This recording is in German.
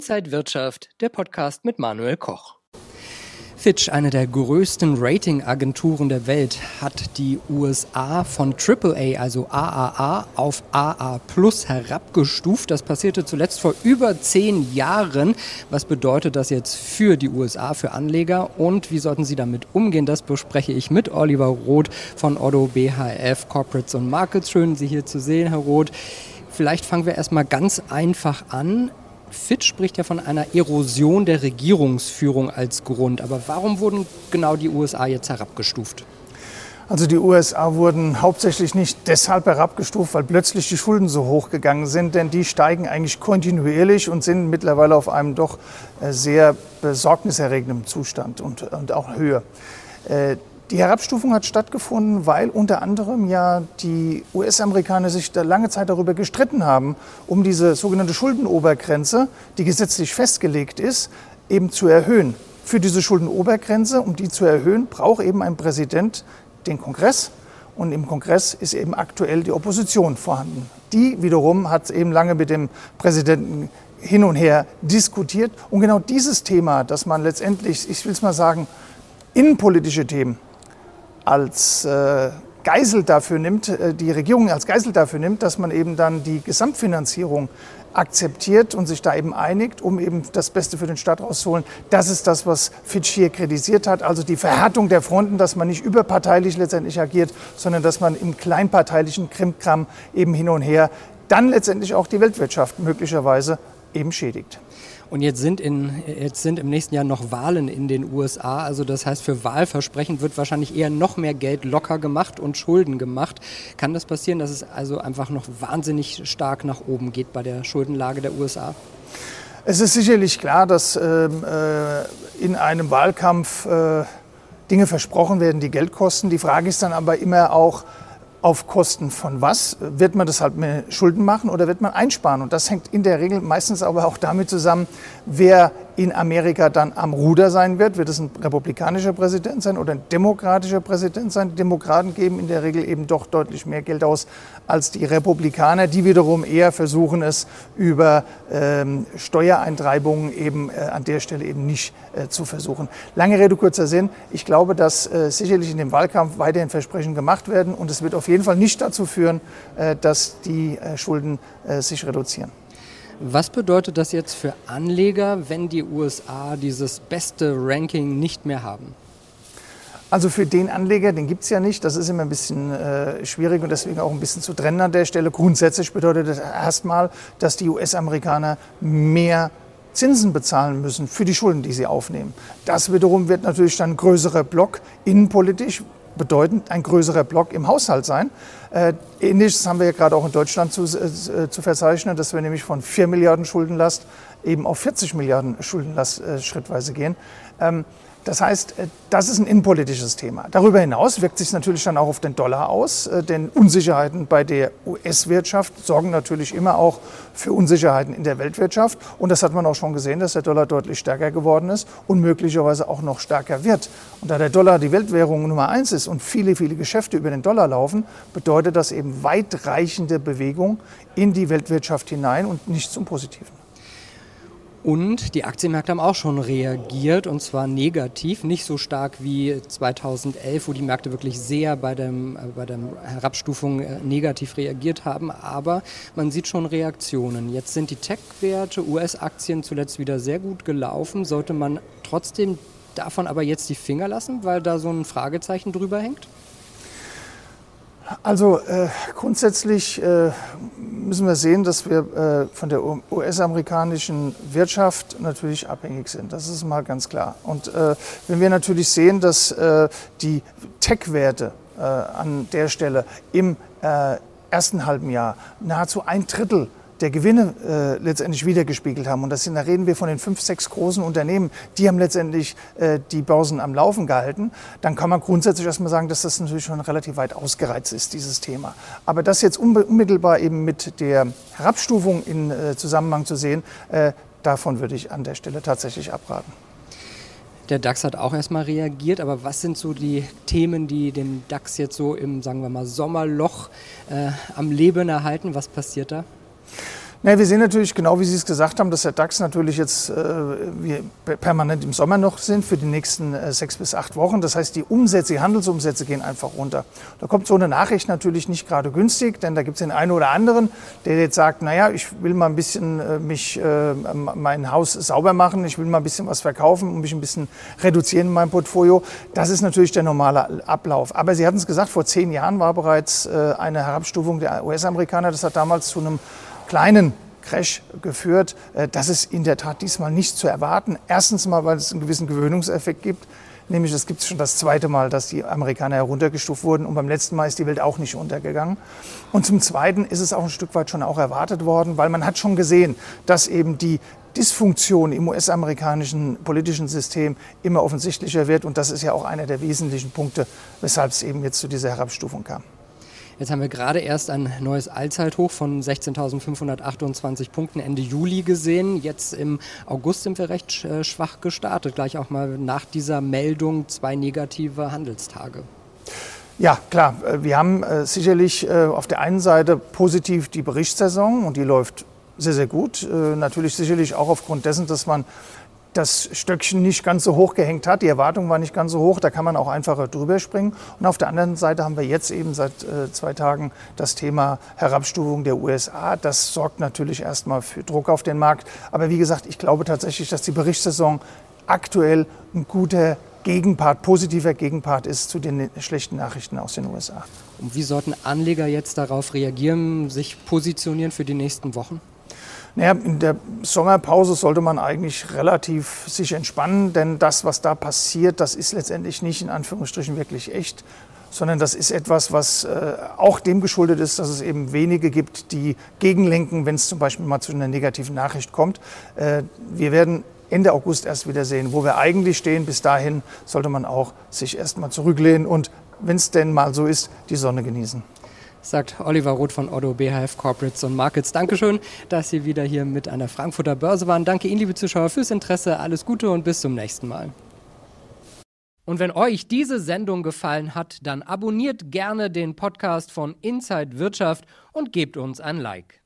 Inside Wirtschaft, der Podcast mit Manuel Koch. Fitch, eine der größten Ratingagenturen der Welt, hat die USA von AAA, also AAA, auf AA+ herabgestuft. Das passierte zuletzt vor über 10 Jahren. Was bedeutet das jetzt für die USA, für Anleger und wie sollten sie damit umgehen? Das bespreche ich mit Oliver Roth von Oddo BHF Corporates und Markets. Schön, Sie hier zu sehen, Herr Roth. Vielleicht fangen wir erstmal ganz einfach an. Fitch spricht ja von einer Erosion der Regierungsführung als Grund. Aber warum wurden genau die USA jetzt herabgestuft? Also die USA wurden hauptsächlich nicht deshalb herabgestuft, weil plötzlich die Schulden so hoch gegangen sind, denn die steigen eigentlich kontinuierlich und sind mittlerweile auf einem doch sehr besorgniserregenden Zustand und auch Höhe. Die Herabstufung hat stattgefunden, weil unter anderem ja die US-Amerikaner sich da lange Zeit darüber gestritten haben, um diese sogenannte Schuldenobergrenze, die gesetzlich festgelegt ist, eben zu erhöhen. Für diese Schuldenobergrenze, um die zu erhöhen, braucht eben ein Präsident den Kongress. Und im Kongress ist eben aktuell die Opposition vorhanden. Die wiederum hat eben lange mit dem Präsidenten hin und her diskutiert. Und genau dieses Thema, dass man letztendlich, ich will es mal sagen, innenpolitische Themen als Geisel dafür nimmt, die Regierung als Geisel dafür nimmt, dass man eben dann die Gesamtfinanzierung akzeptiert und sich da eben einigt, um eben das Beste für den Staat rauszuholen. Das ist das, was Fitch hier kritisiert hat, also die Verhärtung der Fronten, dass man nicht überparteilich letztendlich agiert, sondern dass man im kleinparteilichen Krimkram eben hin und her dann letztendlich auch die Weltwirtschaft möglicherweise eben schädigt. Und jetzt sind im nächsten Jahr noch Wahlen in den USA. Also das heißt, für Wahlversprechen wird wahrscheinlich eher noch mehr Geld locker gemacht und Schulden gemacht. Kann das passieren, dass es also einfach noch wahnsinnig stark nach oben geht bei der Schuldenlage der USA? Es ist sicherlich klar, dass in einem Wahlkampf Dinge versprochen werden, die Geld kosten. Die Frage ist dann aber immer auch, auf Kosten von was? Wird man das halt mit Schulden machen oder wird man einsparen? Und das hängt in der Regel meistens aber auch damit zusammen, wer in Amerika dann am Ruder sein wird. Wird es ein republikanischer Präsident sein oder ein demokratischer Präsident sein? Die Demokraten geben in der Regel eben doch deutlich mehr Geld aus als die Republikaner, die wiederum eher versuchen, es über Steuereintreibungen eben an der Stelle eben nicht zu versuchen. Lange Rede, kurzer Sinn. Ich glaube, dass sicherlich in dem Wahlkampf weiterhin Versprechen gemacht werden und es wird auf jeden Fall nicht dazu führen, dass die Schulden sich reduzieren. Was bedeutet das jetzt für Anleger, wenn die USA dieses beste Ranking nicht mehr haben? Also für den Anleger, den gibt es ja nicht. Das ist immer ein bisschen schwierig und deswegen auch ein bisschen zu trennen an der Stelle. Grundsätzlich bedeutet das erstmal, dass die US-Amerikaner mehr Zinsen bezahlen müssen für die Schulden, die sie aufnehmen. Das wiederum wird natürlich dann ein größerer Block innenpolitisch, bedeutend ein größerer Block im Haushalt sein. Ähnliches haben wir ja gerade auch in Deutschland zu verzeichnen, dass wir nämlich von 4 Milliarden Schuldenlast eben auf 40 Milliarden Schuldenlast schrittweise gehen. Das heißt, das ist ein innenpolitisches Thema. Darüber hinaus wirkt sich natürlich dann auch auf den Dollar aus, denn Unsicherheiten bei der US-Wirtschaft sorgen natürlich immer auch für Unsicherheiten in der Weltwirtschaft. Und das hat man auch schon gesehen, dass der Dollar deutlich stärker geworden ist und möglicherweise auch noch stärker wird. Und da der Dollar die Weltwährung Nummer 1 ist und viele, viele Geschäfte über den Dollar laufen, bedeutet das eben weitreichende Bewegung in die Weltwirtschaft hinein und nicht zum Positiven. Und die Aktienmärkte haben auch schon reagiert und zwar negativ, nicht so stark wie 2011, wo die Märkte wirklich sehr bei der Herabstufung negativ reagiert haben. Aber man sieht schon Reaktionen. Jetzt sind die Tech-Werte, US-Aktien zuletzt wieder sehr gut gelaufen. Sollte man trotzdem davon aber jetzt die Finger lassen, weil da so ein Fragezeichen drüber hängt? Also grundsätzlich müssen wir sehen, dass wir von der US-amerikanischen Wirtschaft natürlich abhängig sind. Das ist mal ganz klar. Und wenn wir natürlich sehen, dass die Tech-Werte an der Stelle im ersten halben Jahr nahezu 1/3 der Gewinne letztendlich wiedergespiegelt haben. Und da reden wir von den 5, 6 großen Unternehmen, die haben letztendlich die Börsen am Laufen gehalten. Dann kann man grundsätzlich erstmal sagen, dass das natürlich schon relativ weit ausgereizt ist, dieses Thema. Aber das jetzt unmittelbar eben mit der Herabstufung in Zusammenhang zu sehen, davon würde ich an der Stelle tatsächlich abraten. Der DAX hat auch erstmal reagiert, aber was sind so die Themen, die den DAX jetzt so im, sagen wir mal, Sommerloch am Leben erhalten? Was passiert da? Na, wir sehen natürlich, genau wie Sie es gesagt haben, dass der DAX natürlich jetzt wir permanent im Sommer noch sind für die nächsten 6 bis 8 Wochen. Das heißt, die Handelsumsätze gehen einfach runter. Da kommt so eine Nachricht natürlich nicht gerade günstig, denn da gibt es den einen oder anderen, der jetzt sagt, naja, ich will mal ein bisschen mein Haus sauber machen, ich will mal ein bisschen was verkaufen und mich ein bisschen reduzieren in meinem Portfolio. Das ist natürlich der normale Ablauf. Aber Sie hatten es gesagt, vor 10 Jahren war bereits eine Herabstufung der US-Amerikaner. Das hat damals zu einem kleinen Crash geführt. Das ist in der Tat diesmal nicht zu erwarten. Erstens mal, weil es einen gewissen Gewöhnungseffekt gibt. Nämlich, es gibt schon das zweite Mal, dass die Amerikaner heruntergestuft wurden. Und beim letzten Mal ist die Welt auch nicht untergegangen. Und zum Zweiten ist es auch ein Stück weit schon auch erwartet worden, weil man hat schon gesehen, dass eben die Dysfunktion im US-amerikanischen politischen System immer offensichtlicher wird. Und das ist ja auch einer der wesentlichen Punkte, weshalb es eben jetzt zu dieser Herabstufung kam. Jetzt haben wir gerade erst ein neues Allzeithoch von 16.528 Punkten Ende Juli gesehen. Jetzt im August sind wir recht schwach gestartet. Gleich auch mal nach dieser Meldung 2 negative Handelstage. Ja, klar. Wir haben sicherlich auf der einen Seite positiv die Berichtssaison und die läuft sehr, sehr gut. Natürlich sicherlich auch aufgrund dessen, dass man das Stöckchen nicht ganz so hoch gehängt hat. Die Erwartung war nicht ganz so hoch, da kann man auch einfacher drüber springen. Und auf der anderen Seite haben wir jetzt eben seit 2 Tagen das Thema Herabstufung der USA. Das sorgt natürlich erstmal für Druck auf den Markt. Aber wie gesagt, ich glaube tatsächlich, dass die Berichtssaison aktuell ein guter Gegenpart, positiver Gegenpart ist zu den schlechten Nachrichten aus den USA. Und wie sollten Anleger jetzt darauf reagieren, sich positionieren für die nächsten Wochen? Naja, in der Sommerpause sollte man eigentlich relativ sich entspannen, denn das, was da passiert, das ist letztendlich nicht in Anführungsstrichen wirklich echt, sondern das ist etwas, was auch dem geschuldet ist, dass es eben wenige gibt, die gegenlenken, wenn es zum Beispiel mal zu einer negativen Nachricht kommt. Wir werden Ende August erst wieder sehen, wo wir eigentlich stehen. Bis dahin sollte man auch sich erst mal zurücklehnen und, wenn es denn mal so ist, die Sonne genießen. Sagt Oliver Roth von Oddo BHF Corporates und Markets. Dankeschön, dass Sie wieder hier mit an der Frankfurter Börse waren. Danke Ihnen, liebe Zuschauer, fürs Interesse. Alles Gute und bis zum nächsten Mal. Und wenn euch diese Sendung gefallen hat, dann abonniert gerne den Podcast von Inside Wirtschaft und gebt uns ein Like.